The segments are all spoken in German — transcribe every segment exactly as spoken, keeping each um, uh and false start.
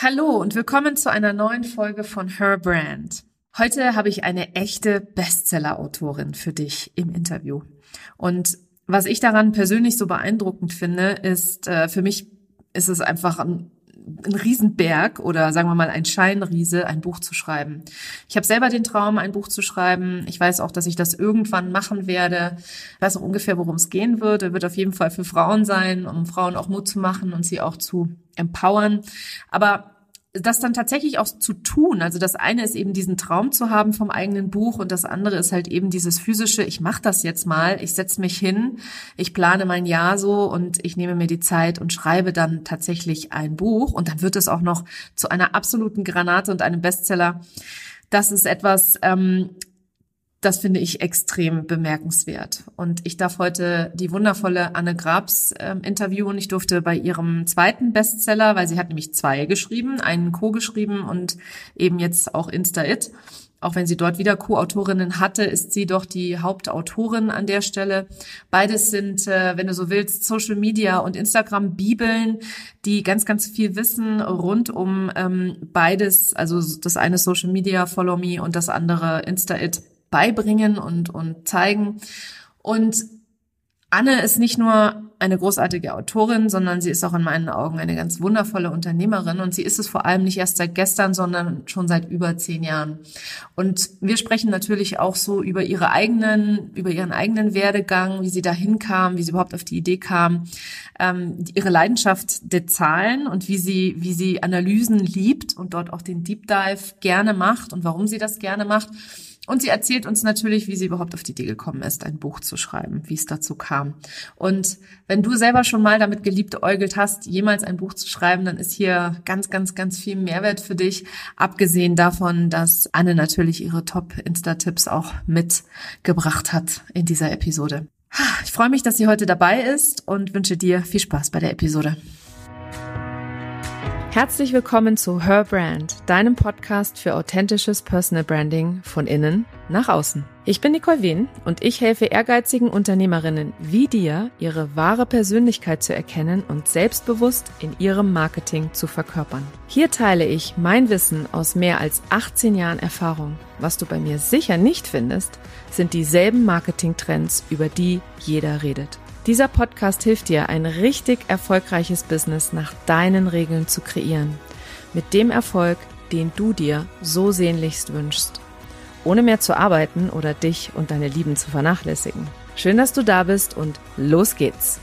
Hallo und willkommen zu einer neuen Folge von Her Brand. Heute habe ich eine echte Bestseller-Autorin für dich im Interview. Und was ich daran persönlich so beeindruckend finde, ist, äh, für mich ist es einfach ein, ein Riesenberg oder sagen wir mal ein Scheinriese, ein Buch zu schreiben. Ich habe selber den Traum, ein Buch zu schreiben. Ich weiß auch, dass ich das irgendwann machen werde. Ich weiß auch ungefähr, worum es gehen wird. Es wird auf jeden Fall für Frauen sein, um Frauen auch Mut zu machen und sie auch zu empowern. Aber das dann tatsächlich auch zu tun, also das eine ist eben diesen Traum zu haben vom eigenen Buch und das andere ist halt eben dieses physische, ich mache das jetzt mal, ich setze mich hin, ich plane mein Jahr so und ich nehme mir die Zeit und schreibe dann tatsächlich ein Buch und dann wird es auch noch zu einer absoluten Granate und einem Bestseller. Das ist etwas, ähm, das finde ich extrem bemerkenswert. Und ich darf heute die wundervolle Anne Grabs äh, interviewen. Ich durfte bei ihrem zweiten Bestseller, weil sie hat nämlich zwei geschrieben, einen Co-geschrieben und eben jetzt auch Insta-It. Auch wenn sie dort wieder Co-Autorinnen hatte, ist sie doch die Hauptautorin an der Stelle. Beides sind, äh, wenn du so willst, Social Media und Instagram-Bibeln, die ganz, ganz viel wissen rund um ähm, beides. Also das eine Social Media, Follow Me und das andere Insta-It beibringen und und zeigen. Und Anne ist nicht nur eine großartige Autorin, sondern sie ist auch in meinen Augen eine ganz wundervolle Unternehmerin und sie ist es vor allem nicht erst seit gestern, sondern schon seit über zehn Jahren. Und wir sprechen natürlich auch so über ihre eigenen, über ihren eigenen Werdegang, wie sie dahin kam, wie sie überhaupt auf die Idee kam, ähm, ihre Leidenschaft der Zahlen und wie sie, wie sie Analysen liebt und dort auch den Deep Dive gerne macht und warum sie das gerne macht. Und sie erzählt uns natürlich, wie sie überhaupt auf die Idee gekommen ist, ein Buch zu schreiben, wie es dazu kam. Und wenn du selber schon mal damit geliebäugelt hast, jemals ein Buch zu schreiben, dann ist hier ganz, ganz, ganz viel Mehrwert für dich. Abgesehen davon, dass Anne natürlich ihre Top-Insta-Tipps auch mitgebracht hat in dieser Episode. Ich freue mich, dass sie heute dabei ist und wünsche dir viel Spaß bei der Episode. Herzlich willkommen zu Her Brand, deinem Podcast für authentisches Personal Branding von innen nach außen. Ich bin Nicole Wien und ich helfe ehrgeizigen Unternehmerinnen wie dir, ihre wahre Persönlichkeit zu erkennen und selbstbewusst in ihrem Marketing zu verkörpern. Hier teile ich mein Wissen aus mehr als achtzehn Jahren Erfahrung. Was du bei mir sicher nicht findest, sind dieselben Marketingtrends, über die jeder redet. Dieser Podcast hilft dir, ein richtig erfolgreiches Business nach deinen Regeln zu kreieren. Mit dem Erfolg, den du dir so sehnlichst wünschst. Ohne mehr zu arbeiten oder dich und deine Lieben zu vernachlässigen. Schön, dass du da bist und los geht's!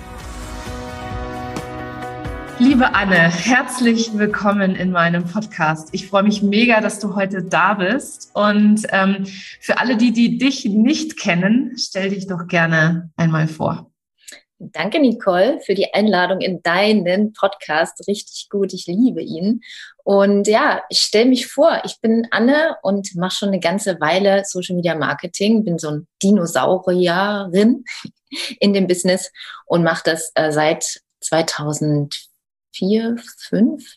Liebe Anne, herzlich willkommen in meinem Podcast. Ich freue mich mega, dass du heute da bist. Und ähm, für alle, die, die dich nicht kennen, stell dich doch gerne einmal vor. Danke, Nicole, für die Einladung in deinen Podcast. Richtig gut, ich liebe ihn. Und ja, ich stelle mich vor, ich bin Anne und mache schon eine ganze Weile Social Media Marketing, bin so ein Dinosaurierin in dem Business und mache das äh, seit zweitausendvier, fünf?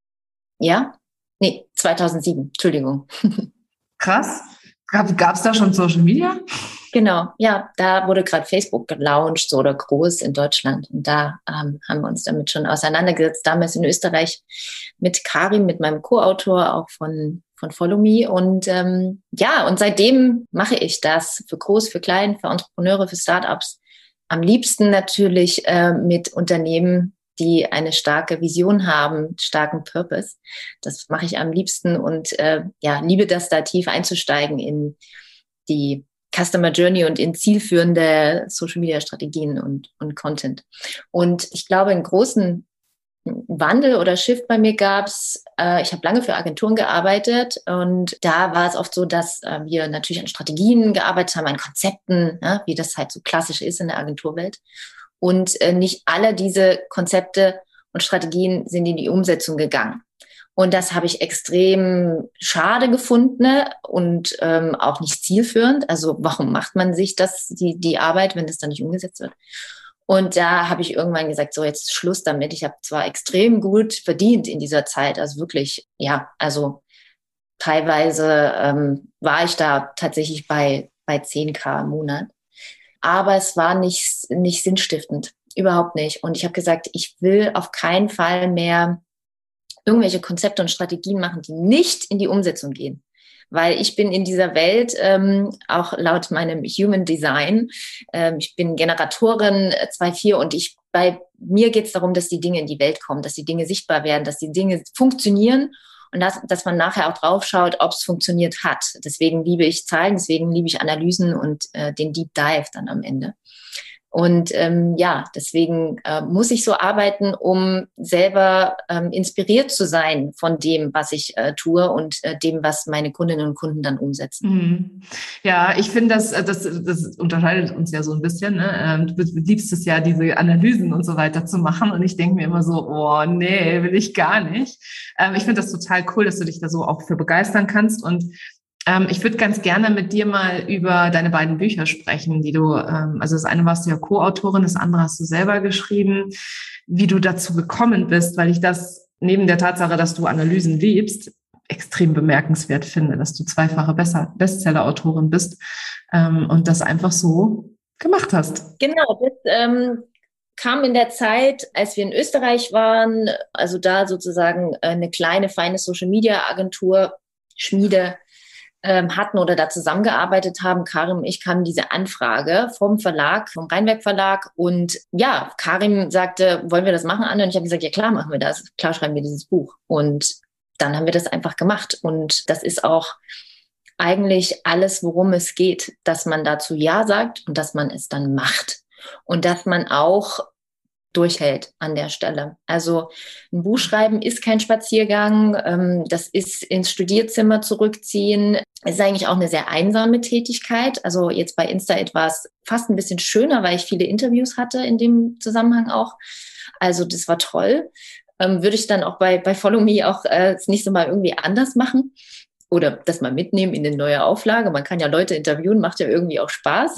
Ja? Nee, zweitausendsieben, Entschuldigung. Krass. Gab es da schon Social Media? Genau, ja, da wurde gerade Facebook gelauncht so, oder groß in Deutschland. Und da ähm, haben wir uns damit schon auseinandergesetzt, damals in Österreich mit Karim, mit meinem Co-Autor, auch von, von Follow Me. Und ähm, ja, und seitdem mache ich das für groß, für klein, für Entrepreneure, für Startups. Am liebsten natürlich äh, mit Unternehmen, die eine starke Vision haben, starken Purpose. Das mache ich am liebsten und äh, ja, liebe das, da tief einzusteigen in die Customer Journey und in zielführende Social Media Strategien und, und Content. Und ich glaube, einen großen Wandel oder Shift bei mir gab's. Äh, ich habe lange für Agenturen gearbeitet und da war es oft so, dass äh, wir natürlich an Strategien gearbeitet haben, an Konzepten, ja, wie das halt so klassisch ist in der Agenturwelt. Und äh, nicht alle diese Konzepte und Strategien sind in die Umsetzung gegangen. Und das habe ich extrem schade gefunden und ähm, auch nicht zielführend. Also warum macht man sich das, die, die Arbeit, wenn das dann nicht umgesetzt wird? Und da habe ich irgendwann gesagt, so jetzt Schluss damit. Ich habe zwar extrem gut verdient in dieser Zeit, also wirklich, ja, also teilweise ähm, war ich da tatsächlich bei, bei zehntausend im Monat. Aber es war nicht, nicht sinnstiftend, überhaupt nicht. Und ich habe gesagt, ich will auf keinen Fall mehr irgendwelche Konzepte und Strategien machen, die nicht in die Umsetzung gehen. Weil ich bin in dieser Welt, ähm, auch laut meinem Human Design, ähm, ich bin Generatorin zwei vier und ich, bei mir geht es darum, dass die Dinge in die Welt kommen, dass die Dinge sichtbar werden, dass die Dinge funktionieren und dass, dass man nachher auch drauf schaut, ob es funktioniert hat. Deswegen liebe ich Zahlen, deswegen liebe ich Analysen und äh, den Deep Dive dann am Ende. Und ähm, ja, deswegen äh, muss ich so arbeiten, um selber ähm, inspiriert zu sein von dem, was ich äh, tue und äh, dem, was meine Kundinnen und Kunden dann umsetzen. Mhm. Ja, ich finde, das, das, das unterscheidet uns ja so ein bisschen. Ne? Du liebst es ja, diese Analysen und so weiter zu machen. Und ich denke mir immer so, oh nee, will ich gar nicht. Ich finde das total cool, dass du dich da so auch für begeistern kannst. Und Ähm, ich würde ganz gerne mit dir mal über deine beiden Bücher sprechen, die du, ähm, also das eine warst du ja Co-Autorin, das andere hast du selber geschrieben, wie du dazu gekommen bist, weil ich das neben der Tatsache, dass du Analysen liebst, extrem bemerkenswert finde, dass du zweifache Bestseller-Autorin bist ähm, und das einfach so gemacht hast. Genau, das ähm, kam in der Zeit, als wir in Österreich waren, also da sozusagen eine kleine, feine Social-Media-Agentur, Schmiede, hatten oder da zusammengearbeitet haben. Karim und ich kamen diese Anfrage vom Verlag, vom Rheinwerk Verlag. Und ja, Karim sagte, wollen wir das machen, Anne? Und ich habe gesagt, ja klar, machen wir das. Klar schreiben wir dieses Buch. Und dann haben wir das einfach gemacht. Und das ist auch eigentlich alles, worum es geht, dass man dazu Ja sagt und dass man es dann macht. Und dass man auch durchhält an der Stelle. Also ein Buch schreiben ist kein Spaziergang, ähm, das ist ins Studierzimmer zurückziehen. Es ist eigentlich auch eine sehr einsame Tätigkeit. Also jetzt bei Insta etwas fast ein bisschen schöner, weil ich viele Interviews hatte in dem Zusammenhang auch. Also das war toll. Ähm, würde ich dann auch bei, bei Follow Me auch äh, das nächste Mal irgendwie anders machen. Oder das mal mitnehmen in eine neue Auflage. Man kann ja Leute interviewen, macht ja irgendwie auch Spaß.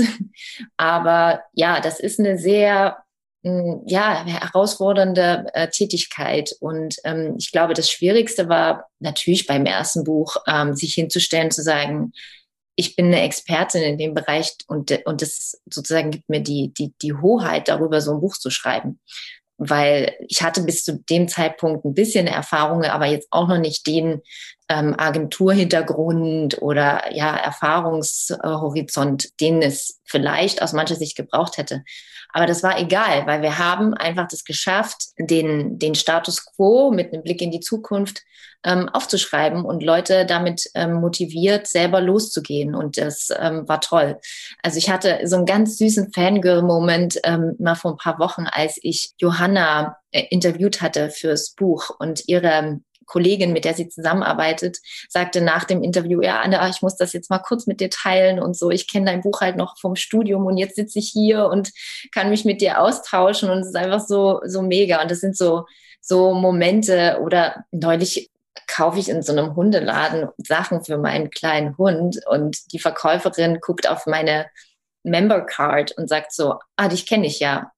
Aber ja, das ist eine sehr ja, herausfordernde äh, Tätigkeit. Und ähm, ich glaube, das Schwierigste war natürlich beim ersten Buch, ähm, sich hinzustellen, zu sagen, ich bin eine Expertin in dem Bereich und, und das sozusagen gibt mir die, die, die Hoheit darüber, so ein Buch zu schreiben. Weil ich hatte bis zu dem Zeitpunkt ein bisschen Erfahrung, aber jetzt auch noch nicht den ähm, Agenturhintergrund oder ja Erfahrungshorizont, den es vielleicht aus mancher Sicht gebraucht hätte. Aber das war egal, weil wir haben einfach das geschafft, den, den Status quo mit einem Blick in die Zukunft ähm, aufzuschreiben und Leute damit ähm, motiviert, selber loszugehen. Und das ähm, war toll. Also ich hatte so einen ganz süßen Fangirl-Moment ähm, mal vor ein paar Wochen, als ich Johanna äh, interviewt hatte fürs Buch und ihre Kollegin, mit der sie zusammenarbeitet, sagte nach dem Interview, ja, Anne, ich muss das jetzt mal kurz mit dir teilen und so. Ich kenne dein Buch halt noch vom Studium und jetzt sitze ich hier und kann mich mit dir austauschen und es ist einfach so, so mega. Und das sind so, so Momente oder neulich kaufe ich in so einem Hundeladen Sachen für meinen kleinen Hund und die Verkäuferin guckt auf meine Member Card und sagt so, ah, dich kenne ich ja.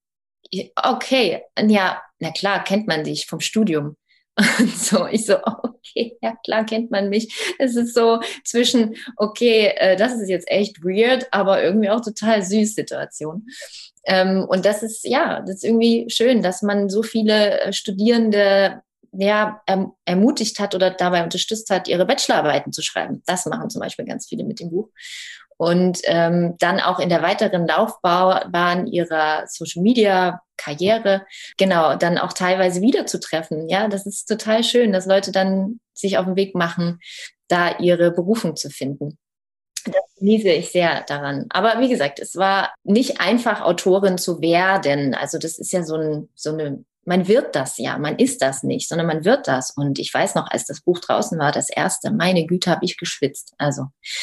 Okay, ja, na klar, kennt man dich vom Studium. Und so, ich so, okay, ja klar kennt man mich. Es ist so zwischen, okay, äh, das ist jetzt echt weird, aber irgendwie auch total süß Situation. Ähm, und das ist, ja, das ist irgendwie schön, dass man so viele Studierende ja, erm- ermutigt hat oder dabei unterstützt hat, ihre Bachelorarbeiten zu schreiben. Das machen zum Beispiel ganz viele mit dem Buch. Und ähm, dann auch in der weiteren Laufbahn ihrer Social-Media-Karriere, genau, dann auch teilweise wiederzutreffen. Ja, das ist total schön, dass Leute dann sich auf den Weg machen, da ihre Berufung zu finden. Das genieße ich sehr daran. Aber wie gesagt, es war nicht einfach, Autorin zu werden. Also das ist ja so, ein, so eine, man wird das ja, man ist das nicht, sondern man wird das. Und ich weiß noch, als das Buch draußen war, das erste, meine Güte, habe ich geschwitzt. Also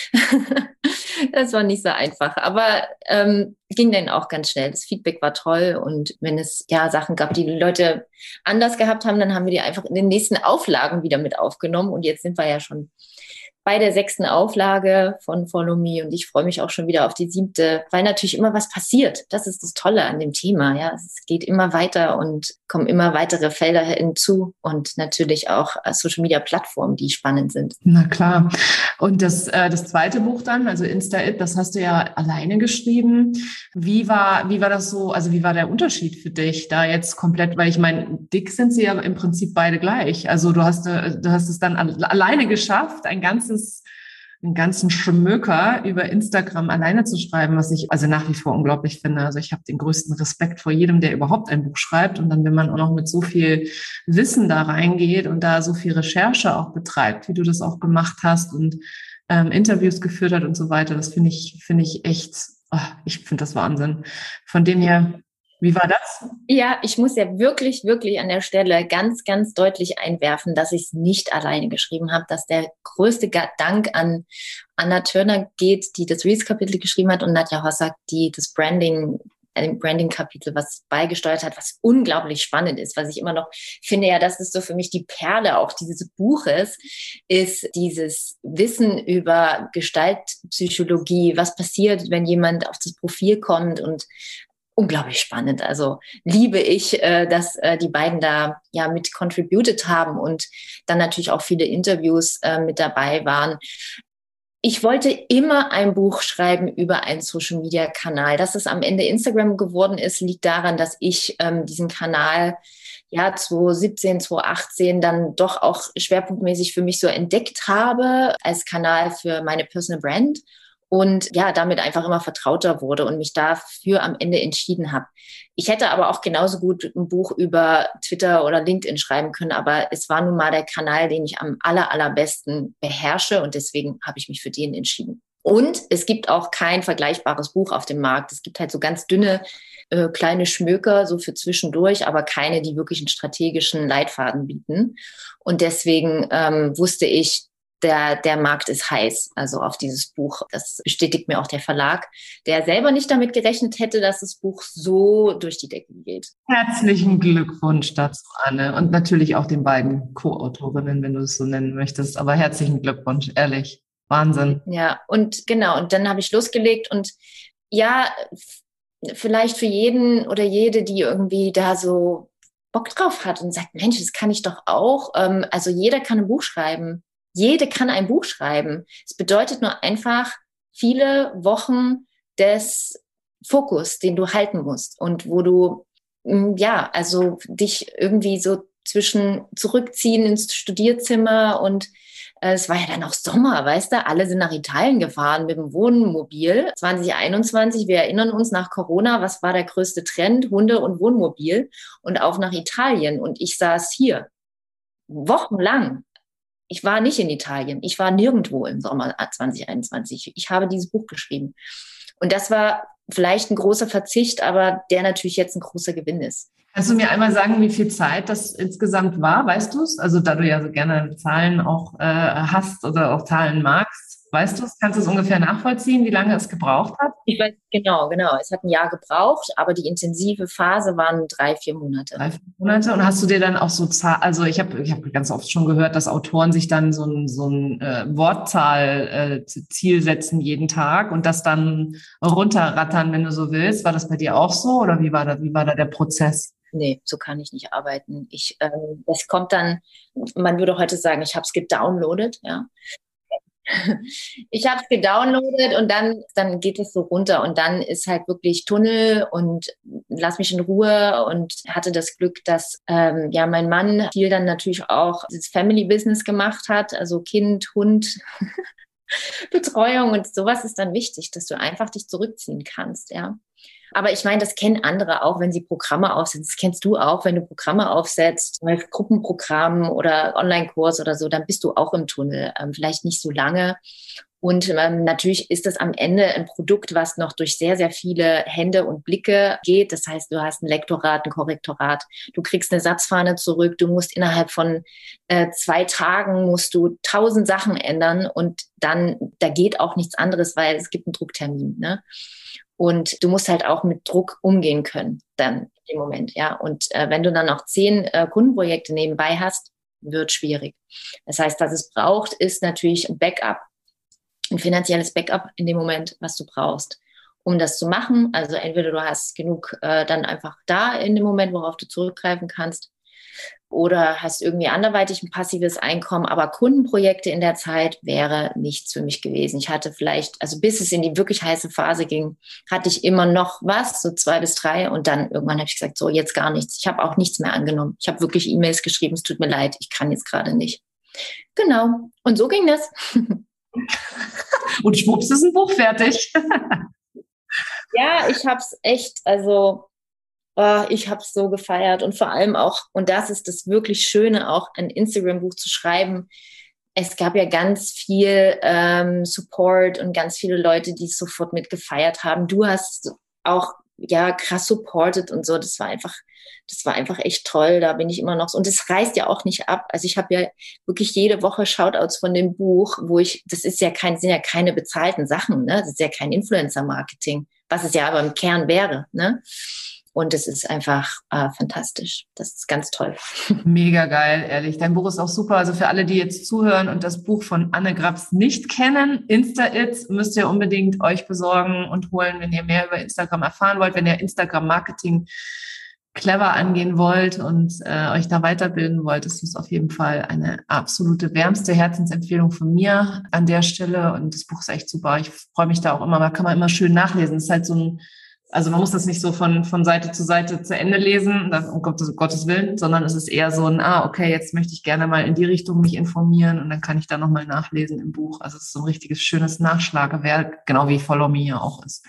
das war nicht so einfach. Aber ähm, ging dann auch ganz schnell. Das Feedback war toll. Und wenn es ja Sachen gab, die die Leute anders gehabt haben, dann haben wir die einfach in den nächsten Auflagen wieder mit aufgenommen. Und jetzt sind wir ja schon bei der sechsten Auflage von Follow Me und ich freue mich auch schon wieder auf die siebte, weil natürlich immer was passiert. Das ist das Tolle an dem Thema. Ja, es geht immer weiter und kommen immer weitere Felder hinzu und natürlich auch Social Media Plattformen, die spannend sind. Na klar. Und das, äh, das zweite Buch dann, also Insta-It, das hast du ja alleine geschrieben. Wie war, wie war das so, also wie war der Unterschied für dich da jetzt komplett, weil ich meine, dick sind sie ja im Prinzip beide gleich. Also du hast, du hast es dann alleine geschafft, ein ganzes einen ganzen Schmöker über Instagram alleine zu schreiben, was ich also nach wie vor unglaublich finde. Also ich habe den größten Respekt vor jedem, der überhaupt ein Buch schreibt. Und dann, wenn man auch noch mit so viel Wissen da reingeht und da so viel Recherche auch betreibt, wie du das auch gemacht hast und ähm, Interviews geführt hat und so weiter, das finde ich, finde ich echt, oh, ich finde das Wahnsinn. Von dem her, wie war das? Ja, ich muss ja wirklich, wirklich an der Stelle ganz, ganz deutlich einwerfen, dass ich es nicht alleine geschrieben habe, dass der größte Dank an Anna Turner geht, die das Reels-Kapitel geschrieben hat, und Nadja Hossack, die das Branding, äh, Branding-Kapitel, was beigesteuert hat, was unglaublich spannend ist, was ich immer noch finde, ja, das ist so für mich die Perle auch dieses Buches, ist dieses Wissen über Gestaltpsychologie, was passiert, wenn jemand auf das Profil kommt, und unglaublich spannend. Also liebe ich, äh, dass äh, die beiden da ja mit contributed haben und dann natürlich auch viele Interviews äh, mit dabei waren. Ich wollte immer ein Buch schreiben über einen Social-Media-Kanal. Dass es am Ende Instagram geworden ist, liegt daran, dass ich ähm, diesen Kanal ja zwanzig siebzehn, zwanzig achtzehn dann doch auch schwerpunktmäßig für mich so entdeckt habe als Kanal für meine Personal Brand. Und ja, damit einfach immer vertrauter wurde und mich dafür am Ende entschieden habe. Ich hätte aber auch genauso gut ein Buch über Twitter oder LinkedIn schreiben können, aber es war nun mal der Kanal, den ich am aller, allerbesten beherrsche, und deswegen habe ich mich für den entschieden. Und es gibt auch kein vergleichbares Buch auf dem Markt. Es gibt halt so ganz dünne, äh, kleine Schmöker, so für zwischendurch, aber keine, die wirklich einen strategischen Leitfaden bieten. Und deswegen ähm, wusste ich, Der, der Markt ist heiß, also auf dieses Buch. Das bestätigt mir auch der Verlag, der selber nicht damit gerechnet hätte, dass das Buch so durch die Decke geht. Herzlichen Glückwunsch dazu, Anne. Und natürlich auch den beiden Co-Autorinnen, wenn du es so nennen möchtest. Aber herzlichen Glückwunsch, ehrlich. Wahnsinn. Ja, und genau, und dann habe ich losgelegt und ja, vielleicht für jeden oder jede, die irgendwie da so Bock drauf hat und sagt, Mensch, das kann ich doch auch. Also jeder kann ein Buch schreiben. Jede kann ein Buch schreiben. Es bedeutet nur einfach viele Wochen des Fokus, den du halten musst und wo du, ja, also dich irgendwie so zwischen zurückziehen ins Studierzimmer, und äh, es war ja dann auch Sommer, weißt du, alle sind nach Italien gefahren mit dem Wohnmobil. zwanzig einundzwanzig, wir erinnern uns, nach Corona, was war der größte Trend? Hunde und Wohnmobil, und auch nach Italien, und ich saß hier wochenlang. Ich war nicht in Italien. Ich war nirgendwo im Sommer zwanzig einundzwanzig. Ich habe dieses Buch geschrieben. Und das war vielleicht ein großer Verzicht, aber der natürlich jetzt ein großer Gewinn ist. Kannst du mir einmal sagen, wie viel Zeit das insgesamt war? Weißt du es? Also da du ja so gerne Zahlen auch äh, hast oder auch Zahlen magst. Weißt du es? Kannst du es ungefähr nachvollziehen, wie lange es gebraucht hat? Ich weiß, genau, genau. Es hat ein Jahr gebraucht, aber die intensive Phase waren drei, vier Monate. Drei, vier Monate. Und hast du dir dann auch so Zahl, also ich habe ich hab ganz oft schon gehört, dass Autoren sich dann so ein, so ein äh, Wortzahl-Ziel äh, setzen jeden Tag und das dann runterrattern, wenn du so willst. War das bei dir auch so, oder wie war da, wie war da der Prozess? Nee, so kann ich nicht arbeiten. Ich, ähm, das kommt dann, man würde heute sagen, ich habe es gedownloadet, ja. Ich habe es gedownloadet und dann, dann geht es so runter, und dann ist halt wirklich Tunnel und lass mich in Ruhe, und hatte das Glück, dass ähm, ja mein Mann viel dann natürlich auch das Family Business gemacht hat, also Kind, Hund, Betreuung, und sowas ist dann wichtig, dass du einfach dich zurückziehen kannst, ja. Aber ich meine, das kennen andere auch, wenn sie Programme aufsetzen. Das kennst du auch, wenn du Programme aufsetzt, Gruppenprogramm oder Online-Kurs oder so, dann bist du auch im Tunnel. Ähm, vielleicht nicht so lange. Und ähm, natürlich ist das am Ende ein Produkt, was noch durch sehr, sehr viele Hände und Blicke geht. Das heißt, du hast ein Lektorat, ein Korrektorat, du kriegst eine Satzfahne zurück, du musst innerhalb von äh, zwei Tagen musst du tausend Sachen ändern, und dann, da geht auch nichts anderes, weil es gibt einen Drucktermin, ne? Und du musst halt auch mit Druck umgehen können, dann im Moment, ja. Und äh, wenn du dann noch zehn äh, Kundenprojekte nebenbei hast, wird schwierig. Das heißt, was es braucht, ist natürlich ein Backup, ein finanzielles Backup in dem Moment, was du brauchst, um das zu machen. Also entweder du hast genug äh, dann einfach da in dem Moment, worauf du zurückgreifen kannst, oder hast irgendwie anderweitig ein passives Einkommen, aber Kundenprojekte in der Zeit wäre nichts für mich gewesen. Ich hatte vielleicht, also bis es in die wirklich heiße Phase ging, hatte ich immer noch was, so zwei bis drei und dann irgendwann habe ich gesagt, so jetzt gar nichts. Ich habe auch nichts mehr angenommen. Ich habe wirklich E-Mails geschrieben, es tut mir leid, ich kann jetzt gerade nicht. Genau, und so ging das. Und schwupps ist ein Buch fertig. Ja, ich habe es echt, also oh, ich habe es so gefeiert und vor allem auch, und das ist das wirklich Schöne, auch ein Instagram-Buch zu schreiben. Es gab ja ganz viel ähm, Support und ganz viele Leute, die es sofort mitgefeiert haben. Du hast auch ja krass supported und so. Das war einfach, das war einfach echt toll. Da bin ich immer noch so. Und es reißt ja auch nicht ab. Also ich habe ja wirklich jede Woche Shoutouts von dem Buch, wo ich, das ist ja kein, sind ja keine bezahlten Sachen, ne? Das ist ja kein Influencer-Marketing, was es ja aber im Kern wäre, ne? Und es ist einfach äh, fantastisch. Das ist ganz toll. Mega geil, ehrlich. Dein Buch ist auch super. Also für alle, die jetzt zuhören und das Buch von Anne Grabs nicht kennen, Insta-It müsst ihr unbedingt euch besorgen und holen, wenn ihr mehr über Instagram erfahren wollt, wenn ihr Instagram-Marketing clever angehen wollt und äh, euch da weiterbilden wollt, ist das auf jeden Fall eine absolute wärmste Herzensempfehlung von mir an der Stelle. Und das Buch ist echt super. Ich freue mich da auch immer. Da kann man immer schön nachlesen. Es ist halt so ein Also man muss das nicht so von, von Seite zu Seite zu Ende lesen, um Gottes, um Gottes Willen, sondern es ist eher so ein, ah, okay, jetzt möchte ich gerne mal in die Richtung mich informieren und dann kann ich da nochmal nachlesen im Buch. Also es ist so ein richtiges, schönes Nachschlagewerk, genau wie Follow Me ja auch ist.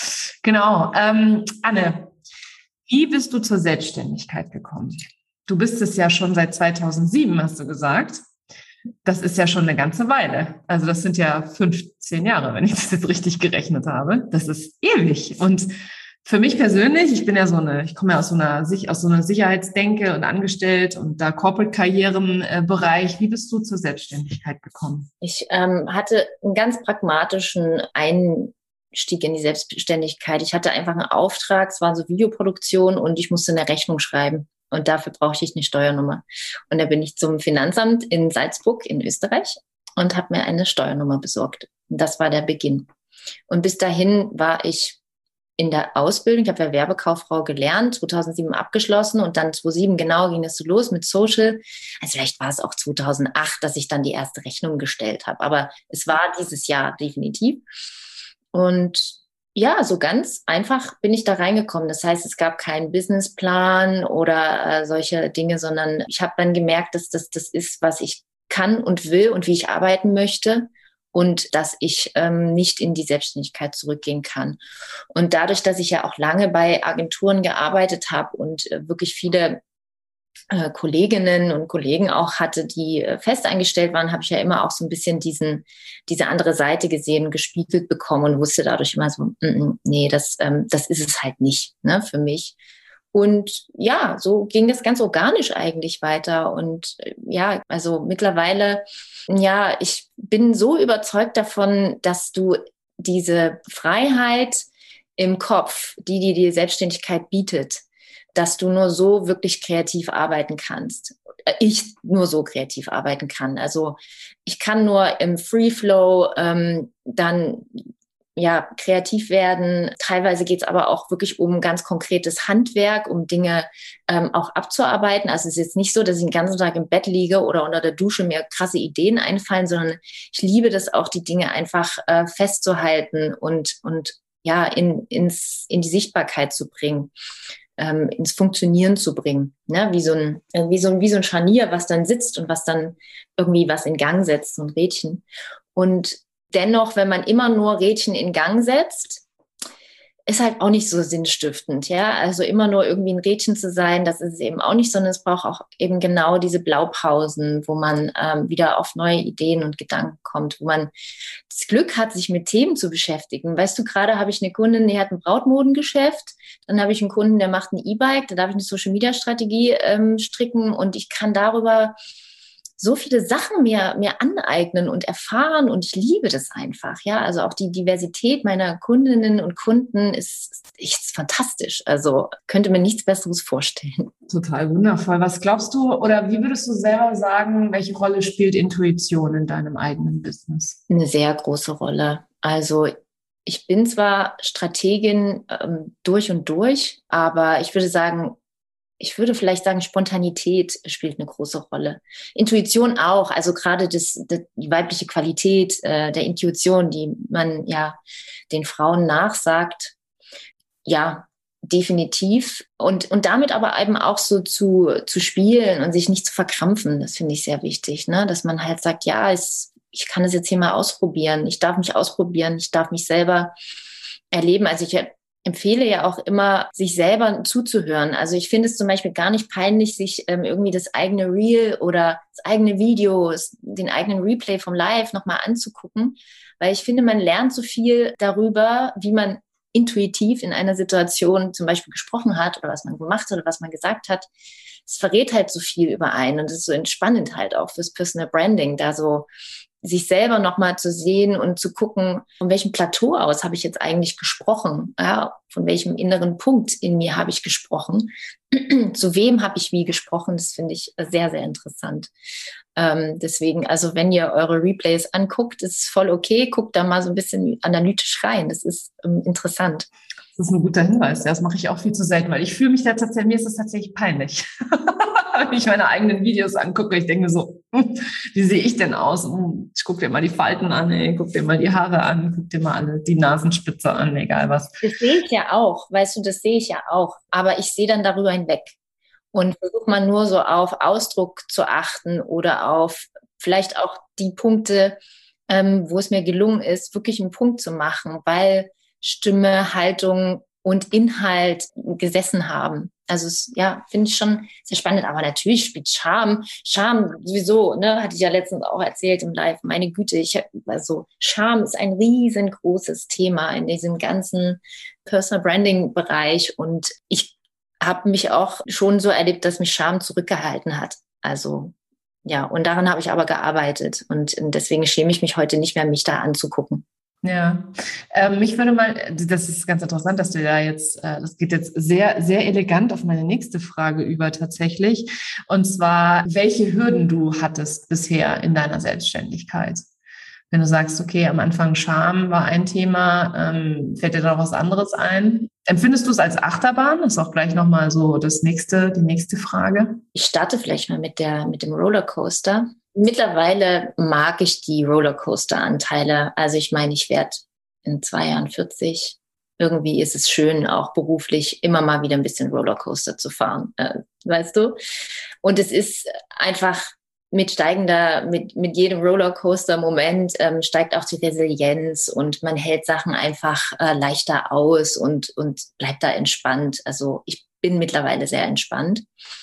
Genau. Ähm, Anne, wie bist du zur Selbstständigkeit gekommen? Du bist es ja schon seit zweitausendsieben, hast du gesagt. Das ist ja schon eine ganze Weile. Also das sind ja fünfzehn Jahre, wenn ich das jetzt richtig gerechnet habe. Das ist ewig. Und für mich persönlich, ich bin ja so eine, ich komme ja aus so einer, aus so einer Sicherheitsdenke und angestellt und da Corporate-Karrieren-Bereich. Wie bist du zur Selbstständigkeit gekommen? Ich ähm, hatte einen ganz pragmatischen Einstieg in die Selbstständigkeit. Ich hatte einfach einen Auftrag, es war so Videoproduktion und ich musste eine Rechnung schreiben. Und dafür brauchte ich eine Steuernummer. Und da bin ich zum Finanzamt in Salzburg in Österreich und habe mir eine Steuernummer besorgt. Und das war der Beginn. Und bis dahin war ich in der Ausbildung. Ich habe ja Werbekauffrau gelernt, zweitausendsieben abgeschlossen und dann zweitausendsieben genau ging es so los mit Social. Also vielleicht war es auch zweitausendacht, dass ich dann die erste Rechnung gestellt habe. Aber es war dieses Jahr definitiv. Und ja, so ganz einfach bin ich da reingekommen. Das heißt, es gab keinen Businessplan oder äh, solche Dinge, sondern ich habe dann gemerkt, dass das das ist, was ich kann und will und wie ich arbeiten möchte und dass ich ähm, nicht in die Selbstständigkeit zurückgehen kann. Und dadurch, dass ich ja auch lange bei Agenturen gearbeitet habe und äh, wirklich viele äh, Kolleginnen und Kollegen auch hatte, die äh, fest eingestellt waren, habe ich ja immer auch so ein bisschen diesen, diese andere Seite gesehen und gespiegelt bekommen und wusste dadurch immer so, mm, nee, das, ähm, das ist es halt nicht, ne, für mich. Und ja, so ging das ganz organisch eigentlich weiter. Und äh, ja, also mittlerweile, ja, ich bin so überzeugt davon, dass du diese Freiheit im Kopf, die dir die Selbstständigkeit bietet, dass du nur so wirklich kreativ arbeiten kannst. Ich nur so kreativ arbeiten kann. Also ich kann nur im Free Flow ähm, dann ja kreativ werden. Teilweise geht es aber auch wirklich um ganz konkretes Handwerk, um Dinge ähm, auch abzuarbeiten. Also es ist jetzt nicht so, dass ich den ganzen Tag im Bett liege oder unter der Dusche mir krasse Ideen einfallen, sondern ich liebe das auch, die Dinge einfach äh, festzuhalten und und ja in ins in die Sichtbarkeit zu bringen. Ähm, ins Funktionieren zu bringen, ne? Wie so ein, wie so ein, wie so ein Scharnier, was dann sitzt und was dann irgendwie was in Gang setzt, so ein Rädchen. Und dennoch, wenn man immer nur Rädchen in Gang setzt, ist halt auch nicht so sinnstiftend, ja. Also immer nur irgendwie ein Rädchen zu sein, das ist es eben auch nicht, sondern es braucht auch eben genau diese Blaupausen, wo man ähm, wieder auf neue Ideen und Gedanken kommt, wo man das Glück hat, sich mit Themen zu beschäftigen. Weißt du, gerade habe ich eine Kundin, die hat ein Brautmodengeschäft, dann habe ich einen Kunden, der macht ein E-Bike, da darf ich eine Social-Media-Strategie ähm, stricken und ich kann darüber so viele Sachen mir, mir aneignen und erfahren und ich liebe das einfach. Ja, also auch die Diversität meiner Kundinnen und Kunden ist, ist fantastisch. Also könnte mir nichts Besseres vorstellen. Total wundervoll. Was glaubst du oder wie würdest du selber sagen, welche Rolle spielt Intuition in deinem eigenen Business? Eine sehr große Rolle. Also ich bin zwar Strategin ähm, durch und durch, aber ich würde sagen, ich würde vielleicht sagen, Spontanität spielt eine große Rolle. Intuition auch, also gerade das, das, die weibliche Qualität äh, der Intuition, die man ja den Frauen nachsagt, ja, definitiv. Und, und damit aber eben auch so zu, zu spielen und sich nicht zu verkrampfen, das finde ich sehr wichtig, ne? Dass man halt sagt, ja, es, ich kann es jetzt hier mal ausprobieren, ich darf mich ausprobieren, ich darf mich selber erleben. Also ich empfehle ja auch immer, sich selber zuzuhören. Also ich finde es zum Beispiel gar nicht peinlich, sich ähm, irgendwie das eigene Reel oder das eigene Video, den eigenen Replay vom Live nochmal anzugucken, weil ich finde, man lernt so viel darüber, wie man intuitiv in einer Situation zum Beispiel gesprochen hat oder was man gemacht hat oder was man gesagt hat. Es verrät halt so viel über einen und es ist so entspannend halt auch fürs Personal Branding, da so sich selber nochmal zu sehen und zu gucken, von welchem Plateau aus habe ich jetzt eigentlich gesprochen, ja, von welchem inneren Punkt in mir habe ich gesprochen, zu wem habe ich wie gesprochen, das finde ich sehr, sehr interessant. Ähm, deswegen, also wenn ihr eure Replays anguckt, ist es voll okay, guckt da mal so ein bisschen analytisch rein, das ist ähm, interessant. Das ist ein guter Hinweis, das mache ich auch viel zu selten, weil ich fühle mich da tatsächlich, mir ist das tatsächlich peinlich. Wenn ich meine eigenen Videos angucke, ich denke so, wie sehe ich denn aus? Ich gucke dir mal die Falten an, ey, guck dir mal die Haare an, guck dir mal alle die Nasenspitze an, egal was. Das sehe ich ja auch, weißt du, das sehe ich ja auch. Aber ich sehe dann darüber hinweg und versuche mal nur so auf Ausdruck zu achten oder auf vielleicht auch die Punkte, ähm, wo es mir gelungen ist, wirklich einen Punkt zu machen, weil Stimme, Haltung und Inhalt gesessen haben. Also es, ja, finde ich schon sehr spannend. Aber natürlich spielt Charme, Charme sowieso, ne, hatte ich ja letztens auch erzählt im Live. Meine Güte, ich also Charme ist ein riesengroßes Thema in diesem ganzen Personal Branding Bereich. Und ich habe mich auch schon so erlebt, dass mich Charme zurückgehalten hat. Also ja, und daran habe ich aber gearbeitet. Und deswegen schäme ich mich heute nicht mehr, mich da anzugucken. Ja, ähm, mich würde mal, das ist ganz interessant, dass du da jetzt, äh, das geht jetzt sehr, sehr elegant auf meine nächste Frage über tatsächlich. Und zwar, welche Hürden du hattest bisher in deiner Selbstständigkeit? Wenn du sagst, okay, am Anfang Scham war ein Thema, ähm, fällt dir da noch was anderes ein? Empfindest du es als Achterbahn? Das ist auch gleich nochmal so das nächste, die nächste Frage. Ich starte vielleicht mal mit der, mit dem Rollercoaster. Mittlerweile mag ich die Rollercoaster-Anteile. Also ich meine, ich werde in zwei Jahren vierzig. Irgendwie ist es schön, auch beruflich immer mal wieder ein bisschen Rollercoaster zu fahren, äh, weißt du? Und es ist einfach mit steigender, mit, mit jedem Rollercoaster-Moment ähm, steigt auch die Resilienz und man hält Sachen einfach äh, leichter aus und, und bleibt da entspannt. Also ich bin mittlerweile sehr entspannt.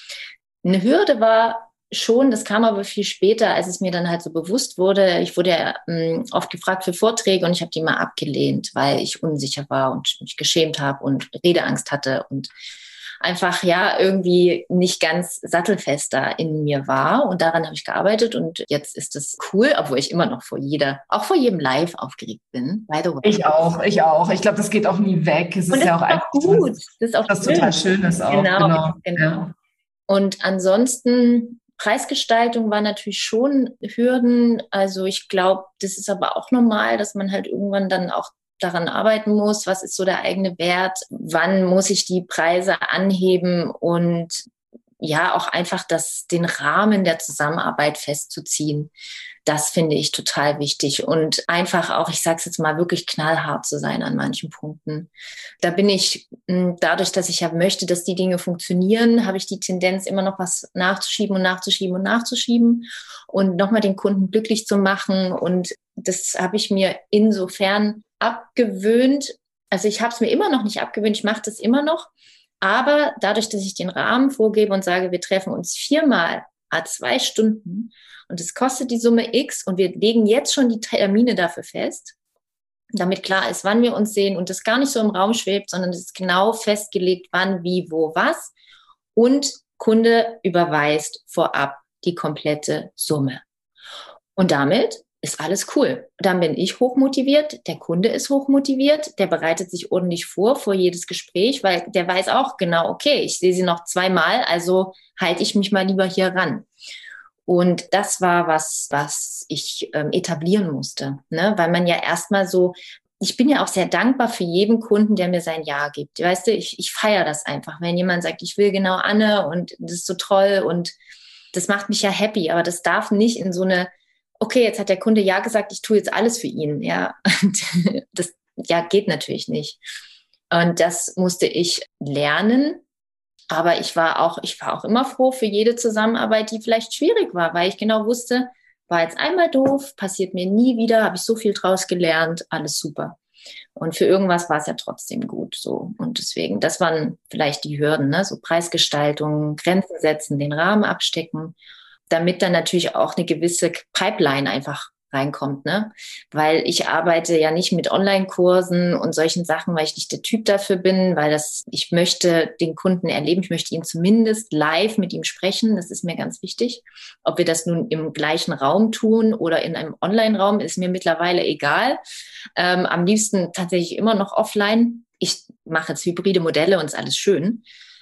Eine Hürde war schon, das kam aber viel später, als es mir dann halt so bewusst wurde. Ich wurde ja ähm, oft gefragt für Vorträge und ich habe die mal abgelehnt, weil ich unsicher war und mich geschämt habe und Redeangst hatte und einfach ja irgendwie nicht ganz sattelfester in mir war. Und daran habe ich gearbeitet und jetzt ist es cool, obwohl ich immer noch vor jeder, auch vor jedem Live aufgeregt bin, by the way. Ich auch, ich auch. Ich glaube, das geht auch nie weg. Es und ist das ja auch ist einfach gut. Das ist auch das schön. total schön ist auch. Genau, Genau. genau. Ja. Und ansonsten Preisgestaltung war natürlich schon Hürden. Also ich glaube, das ist aber auch normal, dass man halt irgendwann dann auch daran arbeiten muss. Was ist so der eigene Wert? Wann muss ich die Preise anheben? Und ja, auch einfach das, den Rahmen der Zusammenarbeit festzuziehen. Das finde ich total wichtig. Und einfach auch, ich sage es jetzt mal, wirklich knallhart zu sein an manchen Punkten. Da bin ich, dadurch, dass ich ja möchte, dass die Dinge funktionieren, habe ich die Tendenz, immer noch was nachzuschieben und nachzuschieben und nachzuschieben und nochmal den Kunden glücklich zu machen. Und das habe ich mir insofern abgewöhnt. Also ich habe es mir immer noch nicht abgewöhnt, ich mache das immer noch. Aber dadurch, dass ich den Rahmen vorgebe und sage, wir treffen uns viermal à zwei Stunden und es kostet die Summe X und wir legen jetzt schon die Termine dafür fest, damit klar ist, wann wir uns sehen und das gar nicht so im Raum schwebt, sondern es ist genau festgelegt, wann, wie, wo, was und Kunde überweist vorab die komplette Summe. Und damit ist alles cool. Dann bin ich hochmotiviert, der Kunde ist hochmotiviert, der bereitet sich ordentlich vor, vor jedes Gespräch, weil der weiß auch genau, okay, ich sehe sie noch zweimal, also halte ich mich mal lieber hier ran. Und das war was, was ich ähm, etablieren musste, ne? Weil man ja erstmal so, ich bin ja auch sehr dankbar für jeden Kunden, der mir sein Ja gibt. Weißt du, ich, ich feiere das einfach, wenn jemand sagt, ich will genau Anne und das ist so toll und das macht mich ja happy, aber das darf nicht in so eine, okay, jetzt hat der Kunde Ja gesagt, ich tue jetzt alles für ihn, ja. Und das ja, geht natürlich nicht. Und das musste ich lernen. Aber ich war auch, ich war auch immer froh für jede Zusammenarbeit, die vielleicht schwierig war, weil ich genau wusste, war jetzt einmal doof, passiert mir nie wieder, habe ich so viel draus gelernt, alles super. Und für irgendwas war es ja trotzdem gut, so. Und deswegen, das waren vielleicht die Hürden, ne? So Preisgestaltung, Grenzen setzen, den Rahmen abstecken, damit dann natürlich auch eine gewisse Pipeline einfach reinkommt, ne? Weil ich arbeite ja nicht mit Online-Kursen und solchen Sachen, weil ich nicht der Typ dafür bin, weil das, ich möchte den Kunden erleben, ich möchte ihn zumindest live mit ihm sprechen, das ist mir ganz wichtig. Ob wir das nun im gleichen Raum tun oder in einem Online-Raum, ist mir mittlerweile egal. Ähm, am liebsten tatsächlich immer noch offline. Ich mache jetzt hybride Modelle und ist alles schön.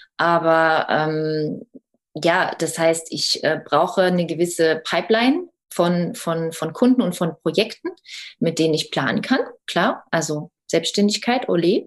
Aber ähm, ja, das heißt, ich äh, brauche eine gewisse Pipeline von, von, von Kunden und von Projekten, mit denen ich planen kann. Klar, also Selbstständigkeit, ole.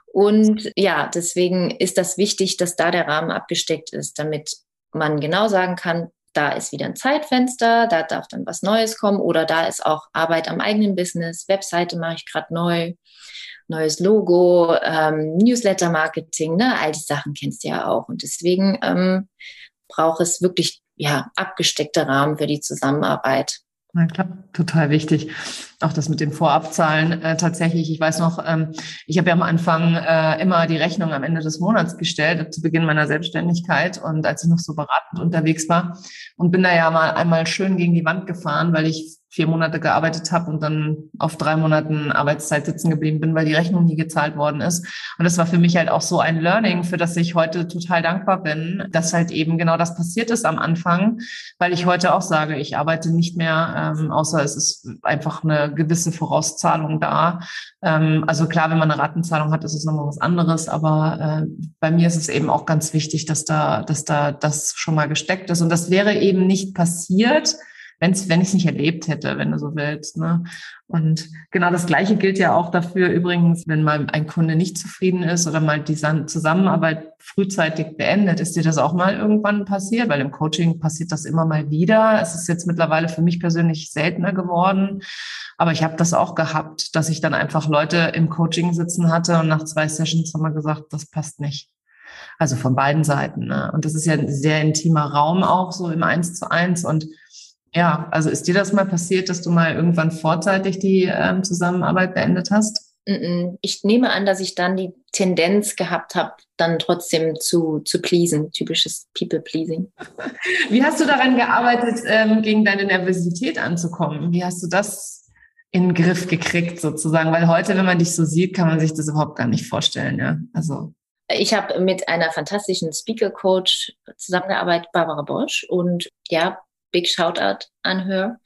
Und ja, deswegen ist das wichtig, dass da der Rahmen abgesteckt ist, damit man genau sagen kann, da ist wieder ein Zeitfenster, da darf dann was Neues kommen oder da ist auch Arbeit am eigenen Business, Webseite mache ich gerade neu, neues Logo, ähm, Newsletter-Marketing, ne? All die Sachen kennst du ja auch. Und deswegen ähm, braucht es wirklich ja, abgesteckte Rahmen für die Zusammenarbeit. Na klar, total wichtig. Auch das mit den Vorabzahlen äh, tatsächlich. Ich weiß noch, ähm, ich habe ja am Anfang äh, immer die Rechnung am Ende des Monats gestellt, zu Beginn meiner Selbstständigkeit und als ich noch so beratend unterwegs war und bin da ja mal einmal schön gegen die Wand gefahren, weil ich vier Monate gearbeitet habe und dann auf drei Monaten Arbeitszeit sitzen geblieben bin, weil die Rechnung nie gezahlt worden ist. Und das war für mich halt auch so ein Learning, für das ich heute total dankbar bin, dass halt eben genau das passiert ist am Anfang, weil ich heute auch sage, ich arbeite nicht mehr, ähm, außer es ist einfach eine gewisse Vorauszahlung da. Ähm, also klar, wenn man eine Ratenzahlung hat, ist es nochmal was anderes, aber äh, bei mir ist es eben auch ganz wichtig, dass da, dass da das schon mal gesteckt ist. Und das wäre eben nicht passiert, wenn's, wenn ich es nicht erlebt hätte, wenn du so willst. Ne? Und genau das Gleiche gilt ja auch dafür übrigens, wenn mal ein Kunde nicht zufrieden ist oder mal die Zusammenarbeit frühzeitig beendet. Ist dir das auch mal irgendwann passiert? Weil im Coaching passiert das immer mal wieder. Es ist jetzt mittlerweile für mich persönlich seltener geworden. Aber ich habe das auch gehabt, dass ich dann einfach Leute im Coaching sitzen hatte und nach zwei Sessions haben wir gesagt, das passt nicht. Also von beiden Seiten. Ne? Und das ist ja ein sehr intimer Raum auch so im Eins zu eins und ja, also ist dir das mal passiert, dass du mal irgendwann vorzeitig die ähm, Zusammenarbeit beendet hast? Ich nehme an, dass ich dann die Tendenz gehabt habe, dann trotzdem zu, zu pleasen, typisches People-Pleasing. Wie hast du daran gearbeitet, ähm, gegen deine Nervosität anzukommen? Wie hast du das in den Griff gekriegt sozusagen? Weil heute, wenn man dich so sieht, kann man sich das überhaupt gar nicht vorstellen. Ja, also ich habe mit einer fantastischen Speaker-Coach zusammengearbeitet, Barbara Bosch, und ja, Big Shoutout an her.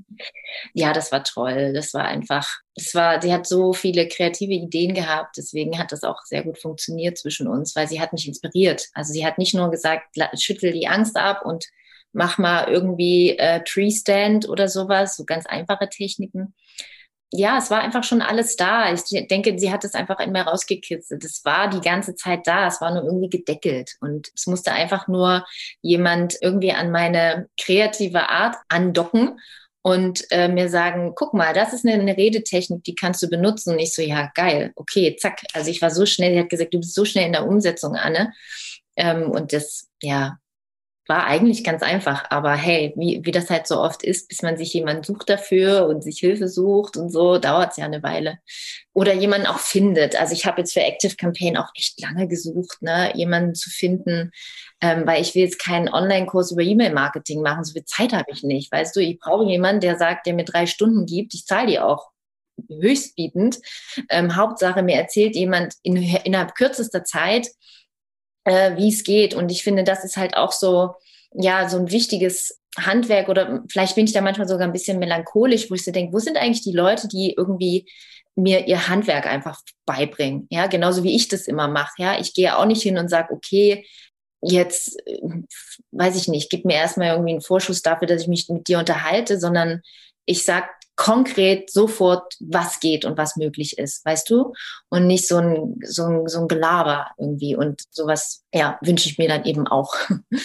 Ja, das war toll. Das war einfach, das war, sie hat so viele kreative Ideen gehabt. Deswegen hat das auch sehr gut funktioniert zwischen uns, weil sie hat mich inspiriert. Also sie hat nicht nur gesagt, schüttel die Angst ab und mach mal irgendwie äh, Tree Stand oder sowas, so ganz einfache Techniken. Ja, es war einfach schon alles da. Ich denke, sie hat es einfach in mir rausgekitzelt. Es war die ganze Zeit da. Es war nur irgendwie gedeckelt. Und es musste einfach nur jemand irgendwie an meine kreative Art andocken und äh, mir sagen, guck mal, das ist eine, eine Redetechnik, die kannst du benutzen. Und ich so, ja, geil. Okay, zack. Also ich war so schnell. Sie hat gesagt, du bist so schnell in der Umsetzung, Anne. Ähm, und das, ja, war eigentlich ganz einfach, aber hey, wie, wie das halt so oft ist, bis man sich jemanden sucht dafür und sich Hilfe sucht und so, dauert es ja eine Weile. Oder jemanden auch findet. Also ich habe jetzt für Active Campaign auch echt lange gesucht, ne, jemanden zu finden, ähm, weil ich will jetzt keinen Online-Kurs über E-Mail-Marketing machen, so viel Zeit habe ich nicht, weißt du, ich brauche jemanden, der sagt, der mir drei Stunden gibt, ich zahle die auch höchstbietend. Ähm, Hauptsache, mir erzählt jemand in, innerhalb kürzester Zeit, äh, wie es geht. Und ich finde, das ist halt auch so, ja, so ein wichtiges Handwerk oder vielleicht bin ich da manchmal sogar ein bisschen melancholisch, wo ich so denke, wo sind eigentlich die Leute, die irgendwie mir ihr Handwerk einfach beibringen? Ja, genauso wie ich das immer mache. Ja, ich gehe auch nicht hin und sage, okay, jetzt, äh, weiß ich nicht, gib mir erstmal irgendwie einen Vorschuss dafür, dass ich mich mit dir unterhalte, sondern ich sag konkret sofort, was geht und was möglich ist, weißt du? Und nicht so ein, so ein, so ein Gelaber irgendwie. Und sowas, ja, wünsche ich mir dann eben auch.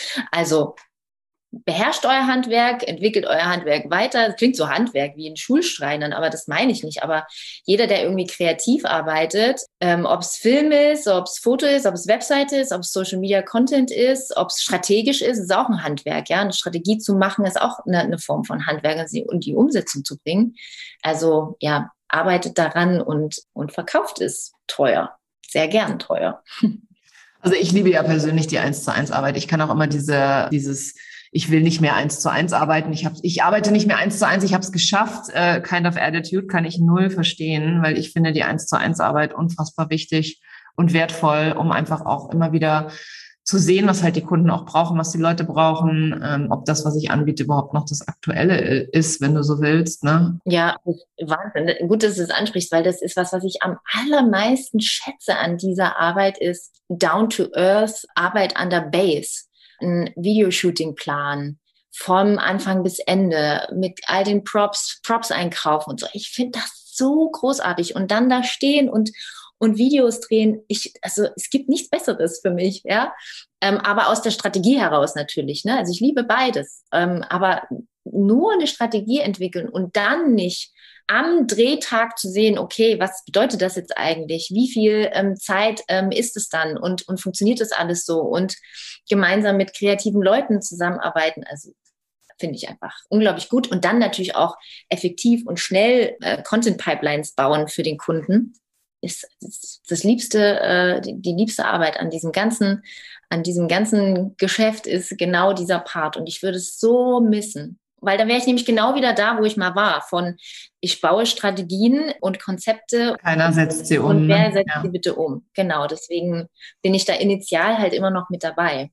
Also beherrscht euer Handwerk, entwickelt euer Handwerk weiter. Das klingt so Handwerk wie in Schulschreinern, aber das meine ich nicht. Aber jeder, der irgendwie kreativ arbeitet, ähm, ob es Film ist, ob es Foto ist, ob es Webseite ist, ob es Social Media Content ist, ob es strategisch ist, ist auch ein Handwerk. Ja, eine Strategie zu machen ist auch eine, eine Form von Handwerk und die Umsetzung zu bringen. Also ja, arbeitet daran und und verkauft es teuer, sehr gern teuer. Also ich liebe ja persönlich die eins zu eins Arbeit. Ich kann auch immer diese, dieses, ich will nicht mehr eins zu eins arbeiten. Ich, hab, ich arbeite nicht mehr eins zu eins. Ich habe es geschafft. Äh, kind of attitude kann ich null verstehen, weil ich finde die eins zu eins Arbeit unfassbar wichtig und wertvoll, um einfach auch immer wieder zu sehen, was halt die Kunden auch brauchen, was die Leute brauchen, ähm, ob das, was ich anbiete, überhaupt noch das Aktuelle ist, wenn du so willst. Ne? Ja, Wahnsinn. Gut, dass du es ansprichst, weil das ist was, was ich am allermeisten schätze an dieser Arbeit, ist down to earth, Arbeit an der Base, ein Videoshooting-Plan vom Anfang bis Ende mit all den Props, Props einkaufen und so. Ich finde das so großartig und dann da stehen und und Videos drehen. Ich, also es gibt nichts Besseres für mich, ja. Ähm, aber aus der Strategie heraus natürlich, ne? Also ich liebe beides. Ähm, aber nur eine Strategie entwickeln und dann nicht am Drehtag zu sehen, okay, was bedeutet das jetzt eigentlich? Wie viel ähm, Zeit ähm, ist es dann? Und, und funktioniert das alles so? Und gemeinsam mit kreativen Leuten zusammenarbeiten. Also finde ich einfach unglaublich gut. Und dann natürlich auch effektiv und schnell äh, Content-Pipelines bauen für den Kunden. Ist, ist das liebste, äh, die, die liebste Arbeit an diesem ganzen, an diesem ganzen Geschäft ist genau dieser Part. Und ich würde es so missen. Weil dann wäre ich nämlich genau wieder da, wo ich mal war. Von ich baue Strategien und Konzepte. Keiner setzt sie um. Und wer Ne? setzt Ja. sie bitte um? Genau, deswegen bin ich da initial halt immer noch mit dabei.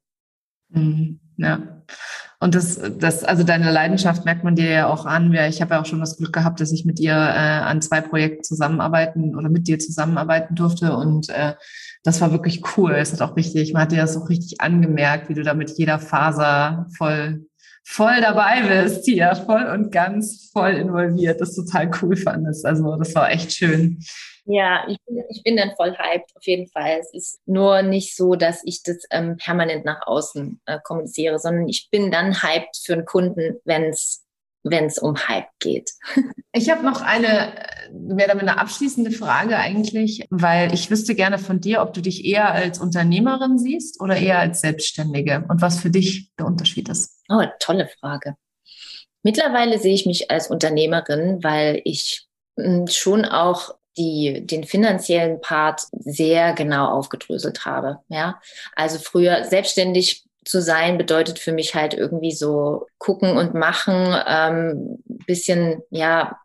Mhm. Ja. Und das, das, also deine Leidenschaft merkt man dir ja auch an. Ich habe ja auch schon das Glück gehabt, dass ich mit ihr äh, an zwei Projekten zusammenarbeiten oder mit dir zusammenarbeiten durfte. Und äh, das war wirklich cool. Es hat auch richtig, man hat dir das auch richtig angemerkt, wie du da mit jeder Faser voll, voll dabei bist hier, voll und ganz voll involviert. Das total cool fandest. Also das war echt schön. Ja, ich bin, ich bin dann voll hyped, auf jeden Fall. Es ist nur nicht so, dass ich das ähm, permanent nach außen äh, kommuniziere, sondern ich bin dann hyped für einen Kunden, wenn es wenn es um Hype geht. Ich habe noch eine, mehr damit eine abschließende Frage eigentlich, weil ich wüsste gerne von dir, ob du dich eher als Unternehmerin siehst oder eher als Selbstständige und was für dich der Unterschied ist. Oh, tolle Frage. Mittlerweile sehe ich mich als Unternehmerin, weil ich mh, schon auch die, den finanziellen Part sehr genau aufgedröselt habe. Ja, also früher selbstständig zu sein bedeutet für mich halt irgendwie so gucken und machen, ähm, bisschen, ja,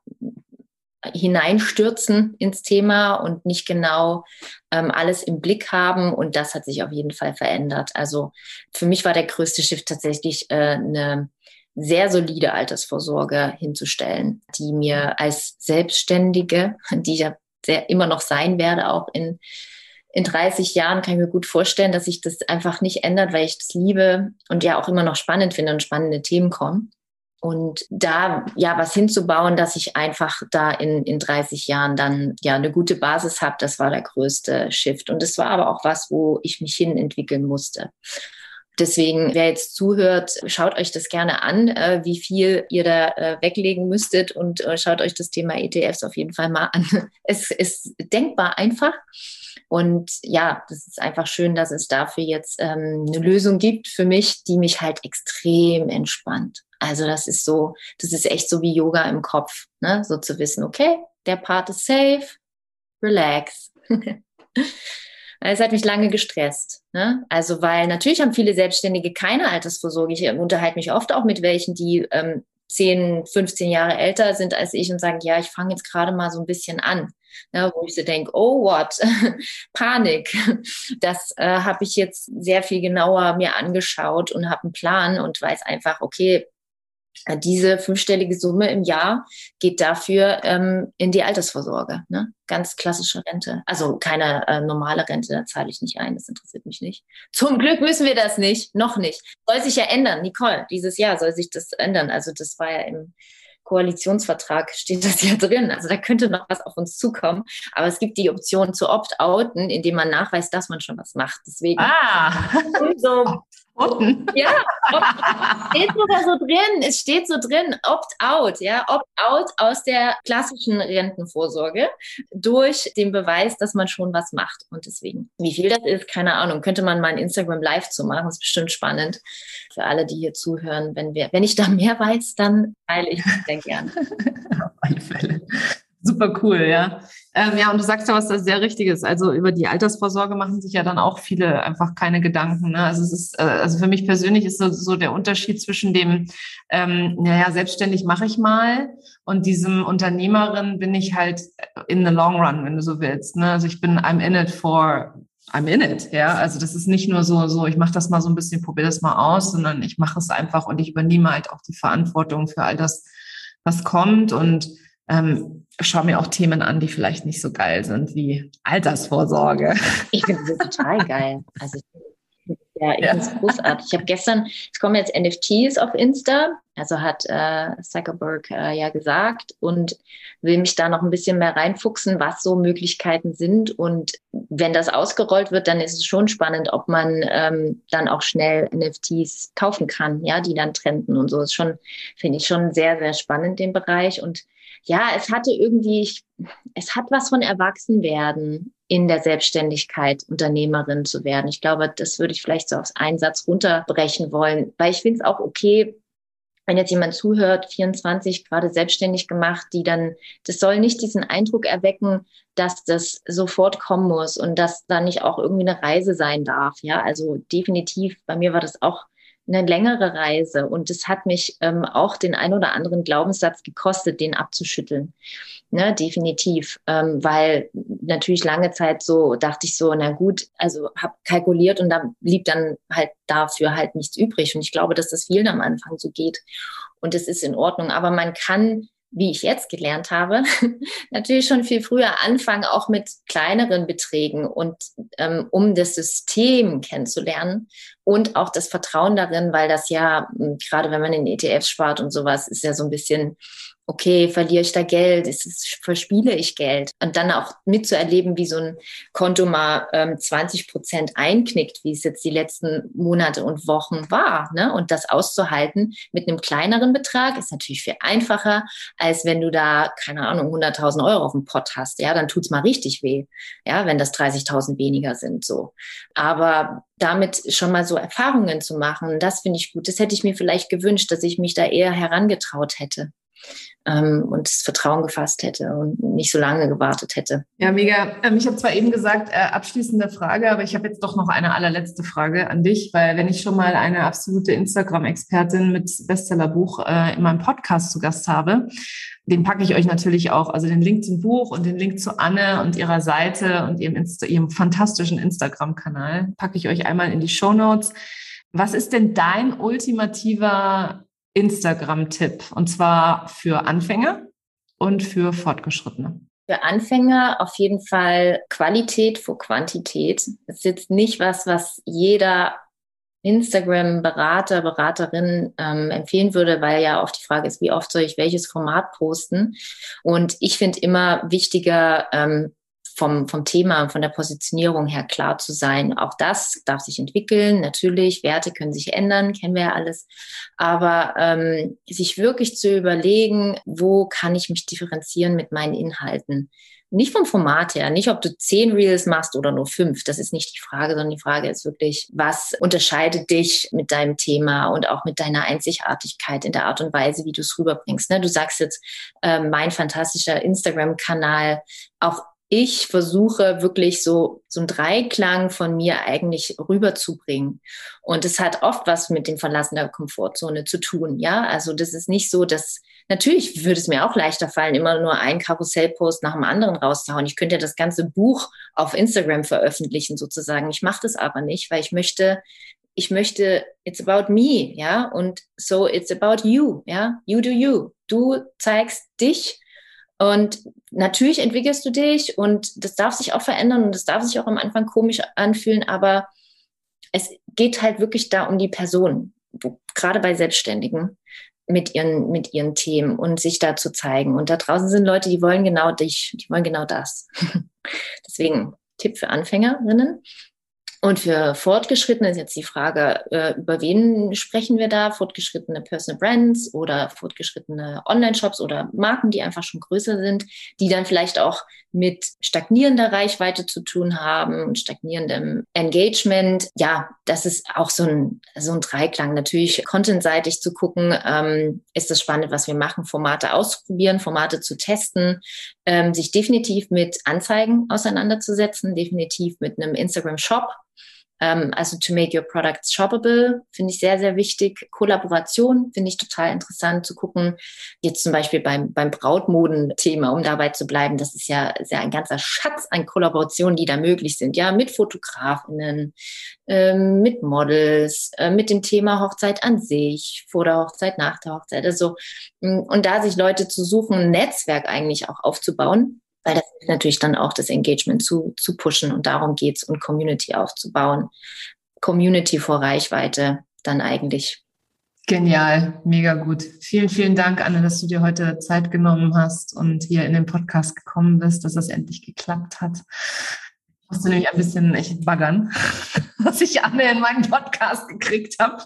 hineinstürzen ins Thema und nicht genau ähm, alles im Blick haben. Und das hat sich auf jeden Fall verändert. Also für mich war der größte Shift tatsächlich äh, eine sehr solide Altersvorsorge hinzustellen, die mir als Selbstständige, die ich ja sehr, immer noch sein werde, auch in, in dreißig Jahren, kann ich mir gut vorstellen, dass sich das einfach nicht ändert, weil ich das liebe und ja auch immer noch spannend finde und spannende Themen kommen. Und da ja was hinzubauen, dass ich einfach da in, in dreißig Jahren dann ja eine gute Basis habe, das war der größte Shift. Und es war aber auch was, wo ich mich hin entwickeln musste. Deswegen, wer jetzt zuhört, schaut euch das gerne an, äh, wie viel ihr da äh, weglegen müsstet und äh, schaut euch das Thema E T Fs auf jeden Fall mal an. Es ist denkbar einfach. Und ja, das ist einfach schön, dass es dafür jetzt ähm, eine Lösung gibt für mich, die mich halt extrem entspannt. Also das ist so, das ist echt so wie Yoga im Kopf, ne? So zu wissen, okay, der Part ist safe, relax. Es hat mich lange gestresst, ne? Also weil natürlich haben viele Selbstständige keine Altersvorsorge. Ich unterhalte mich oft auch mit welchen, die ähm, zehn, fünfzehn Jahre älter sind als ich und sagen, ja, ich fange jetzt gerade mal so ein bisschen an. Ne, wo ich so denke, oh what, Panik. Das äh, habe ich jetzt sehr viel genauer mir angeschaut und habe einen Plan und weiß einfach, okay, Diese fünfstellige Summe im Jahr geht dafür ähm, in die Altersvorsorge, ne? Ganz klassische Rente. Also keine äh, normale Rente, da zahle ich nicht ein, das interessiert mich nicht. Zum Glück müssen wir das nicht, noch nicht. Soll sich ja ändern, Nicole, dieses Jahr soll sich das ändern. Also das war ja im Koalitionsvertrag, steht das ja drin. Also da könnte noch was auf uns zukommen. Aber es gibt die Option zu opt-outen, indem man nachweist, dass man schon was macht. Deswegen Ah, so, unten. ja, opt- steht sogar so drin. Es steht so drin, opt-out, ja, opt-out aus der klassischen Rentenvorsorge durch den Beweis, dass man schon was macht. Und deswegen, wie viel das ist, keine Ahnung, könnte man mal ein Instagram Live zu machen. Das ist bestimmt spannend für alle, die hier zuhören. Wenn wir, wenn ich da mehr weiß, dann teile ich das sehr gern. Auf alle Fälle. Super cool, ja. Ähm, ja, und du sagst ja was, das sehr Richtiges. Also über die Altersvorsorge machen sich ja dann auch viele einfach keine Gedanken. Ne? Also es ist, äh, also für mich persönlich ist so, so der Unterschied zwischen dem, ähm, naja, selbstständig mache ich mal und diesem Unternehmerin bin ich halt in the long run, wenn du so willst. Ne? Also ich bin I'm in it for I'm in it, ja. Also das ist nicht nur so, so ich mache das mal so ein bisschen, probiere das mal aus, sondern ich mache es einfach und ich übernehme halt auch die Verantwortung für all das, was kommt und ähm, schaue mir auch Themen an, die vielleicht nicht so geil sind wie Altersvorsorge. Ich finde das total geil. Also ja, ich Ja. finde es großartig. Ich habe gestern, es kommen jetzt N F Ts auf Insta, also hat äh, Zuckerberg äh, ja gesagt und will mich da noch ein bisschen mehr reinfuchsen, was so Möglichkeiten sind. Und wenn das ausgerollt wird, dann ist es schon spannend, ob man ähm, dann auch schnell N F Ts kaufen kann, ja, die dann trenden und so. Das ist schon, finde ich schon sehr, sehr spannend, den Bereich. Und ja, es hatte irgendwie, ich, es hat was von Erwachsenwerden in der Selbstständigkeit, Unternehmerin zu werden. Ich glaube, das würde ich vielleicht so aufs einen Satz runterbrechen wollen, weil ich finde es auch okay, wenn jetzt jemand zuhört, vierundzwanzig, gerade selbstständig gemacht, die dann, das soll nicht diesen Eindruck erwecken, dass das sofort kommen muss und dass da nicht auch irgendwie eine Reise sein darf. Ja, also definitiv, bei mir war das auch eine längere Reise und es hat mich ähm, auch den ein oder anderen Glaubenssatz gekostet, den abzuschütteln. Ne, definitiv, ähm, weil natürlich lange Zeit so dachte ich so, na gut, also habe kalkuliert und da blieb dann halt dafür halt nichts übrig. Und ich glaube, dass das vielen am Anfang so geht. Und es ist in Ordnung. Aber man kann, wie ich jetzt gelernt habe, natürlich schon viel früher anfangen, auch mit kleineren Beträgen und ähm, um das System kennenzulernen und auch das Vertrauen darin, weil das ja, gerade wenn man in E T Fs spart und sowas, ist ja so ein bisschen, okay, verliere ich da Geld, ist es, verspiele ich Geld? Und dann auch mitzuerleben, wie so ein Konto mal ähm, zwanzig Prozent einknickt, wie es jetzt die letzten Monate und Wochen war. Ne? Und das auszuhalten mit einem kleineren Betrag ist natürlich viel einfacher, als wenn du da, keine Ahnung, hunderttausend Euro auf dem Pott hast. Ja, dann tut's mal richtig weh, ja, wenn das dreißigtausend weniger sind. So. Aber damit schon mal so Erfahrungen zu machen, das finde ich gut. Das hätte ich mir vielleicht gewünscht, dass ich mich da eher herangetraut hätte. Ähm, und das Vertrauen gefasst hätte und nicht so lange gewartet hätte. Ja, mega. Ähm, ich habe zwar eben gesagt, äh, abschließende Frage, aber ich habe jetzt doch noch eine allerletzte Frage an dich, weil wenn ich schon mal eine absolute Instagram-Expertin mit Bestsellerbuch äh, in meinem Podcast zu Gast habe, den packe ich euch natürlich auch, also den Link zum Buch und den Link zu Anne und ihrer Seite und ihrem, Insta- ihrem fantastischen Instagram-Kanal, packe ich euch einmal in die Shownotes. Was ist denn dein ultimativer Instagram-Tipp, und zwar für Anfänger und für Fortgeschrittene? Für Anfänger auf jeden Fall Qualität vor Quantität. Es ist jetzt nicht was, was jeder Instagram-Berater, Beraterin ähm, empfehlen würde, weil ja oft die Frage ist, wie oft soll ich welches Format posten? Und ich finde immer wichtiger, ähm, vom, vom Thema, von der Positionierung her klar zu sein. Auch das darf sich entwickeln. Natürlich, Werte können sich ändern, kennen wir ja alles. Aber ähm, sich wirklich zu überlegen, wo kann ich mich differenzieren mit meinen Inhalten? Nicht vom Format her, nicht ob du zehn Reels machst oder nur fünf. Das ist nicht die Frage, sondern die Frage ist wirklich, was unterscheidet dich mit deinem Thema und auch mit deiner Einzigartigkeit in der Art und Weise, wie du es rüberbringst. Ne? Du sagst jetzt, äh, mein fantastischer Instagram-Kanal, auch ich versuche wirklich so, so einen Dreiklang von mir eigentlich rüberzubringen. Und es hat oft was mit dem Verlassen der Komfortzone zu tun. Ja, also das ist nicht so, dass, natürlich würde es mir auch leichter fallen, immer nur einen Karussellpost nach dem anderen rauszuhauen. Ich könnte ja das ganze Buch auf Instagram veröffentlichen sozusagen. Ich mache das aber nicht, weil ich möchte ich möchte, it's about me, ja, und so it's about you, ja, you do you. Du zeigst dich und natürlich entwickelst du dich und das darf sich auch verändern und das darf sich auch am Anfang komisch anfühlen, aber es geht halt wirklich da um die Person, wo, gerade bei Selbstständigen mit ihren, mit ihren Themen und sich da zu zeigen. Und da draußen sind Leute, die wollen genau dich, die wollen genau das. Deswegen Tipp für Anfängerinnen. Und für Fortgeschrittene ist jetzt die Frage, äh, über wen sprechen wir da? Fortgeschrittene Personal Brands oder fortgeschrittene Online-Shops oder Marken, die einfach schon größer sind, die dann vielleicht auch mit stagnierender Reichweite zu tun haben und stagnierendem Engagement. Ja, das ist auch so ein, so ein Dreiklang. Natürlich contentseitig zu gucken, ähm, ist das spannend, was wir machen, Formate auszuprobieren, Formate zu testen, ähm, sich definitiv mit Anzeigen auseinanderzusetzen, definitiv mit einem Instagram-Shop. Um, also to make your products shoppable, finde ich sehr, sehr wichtig. Kollaboration finde ich total interessant zu gucken. Jetzt zum Beispiel beim, beim Brautmoden-Thema, um dabei zu bleiben, das ist ja, ist ja ein ganzer Schatz an Kollaborationen, die da möglich sind. Ja, mit Fotografinnen, ähm, mit Models, äh, mit dem Thema Hochzeit an sich, vor der Hochzeit, nach der Hochzeit. Also, und da sich Leute zu suchen, ein Netzwerk eigentlich auch aufzubauen, weil das ist natürlich dann auch das Engagement zu, zu pushen und darum geht's und Community aufzubauen. Community vor Reichweite dann eigentlich. Genial, mega gut. Vielen, vielen Dank, Anne, dass du dir heute Zeit genommen hast und hier in den Podcast gekommen bist, dass das endlich geklappt hat. Ich musste nämlich ein bisschen echt baggern, dass ich Anne in meinen Podcast gekriegt habe.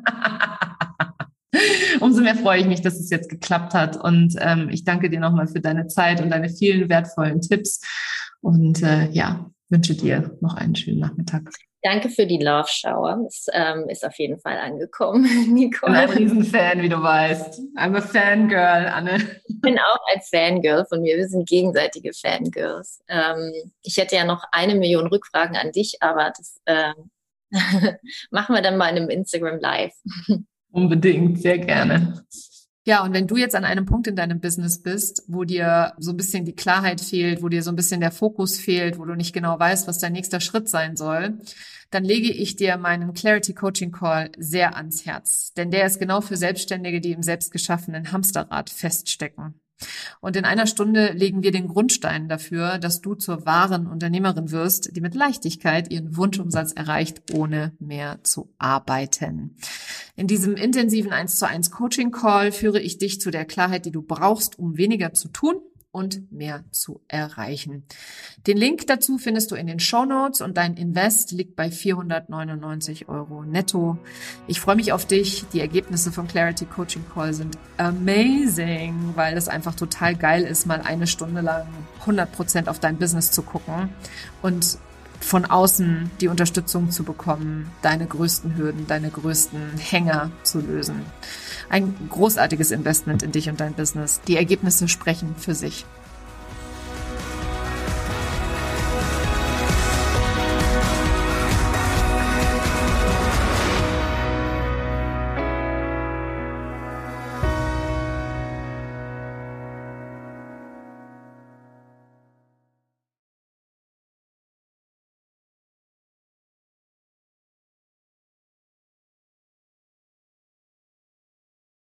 Umso mehr freue ich mich, dass es jetzt geklappt hat. Und ähm, ich danke dir nochmal für deine Zeit und deine vielen wertvollen Tipps. Und äh, ja, wünsche dir noch einen schönen Nachmittag. Danke für die Love Shower. Das ähm, ist auf jeden Fall angekommen, Nicole. Ich bin ein Riesenfan, wie du weißt. I'm a Fangirl, Anne. Ich bin auch ein Fangirl von mir. Wir sind gegenseitige Fangirls. Ähm, ich hätte ja noch eine Million Rückfragen an dich, aber das äh, machen wir dann mal in einem Instagram Live. Unbedingt, sehr gerne. Ja, und wenn du jetzt an einem Punkt in deinem Business bist, wo dir so ein bisschen die Klarheit fehlt, wo dir so ein bisschen der Fokus fehlt, wo du nicht genau weißt, was dein nächster Schritt sein soll, dann lege ich dir meinen Clarity Coaching Call sehr ans Herz. Denn der ist genau für Selbstständige, die im selbstgeschaffenen Hamsterrad feststecken. Und in einer Stunde legen wir den Grundstein dafür, dass du zur wahren Unternehmerin wirst, die mit Leichtigkeit ihren Wunschumsatz erreicht, ohne mehr zu arbeiten. In diesem intensiven eins zu eins Coaching Call führe ich dich zu der Klarheit, die du brauchst, um weniger zu tun und mehr zu erreichen. Den Link dazu findest du in den Shownotes und dein Invest liegt bei vierhundertneunundneunzig Euro netto. Ich freue mich auf dich. Die Ergebnisse vom Clarity Coaching Call sind amazing, weil es einfach total geil ist, mal eine Stunde lang hundert Prozent auf dein Business zu gucken und von außen die Unterstützung zu bekommen, deine größten Hürden, deine größten Hänger zu lösen. Ein großartiges Investment in dich und dein Business. Die Ergebnisse sprechen für sich.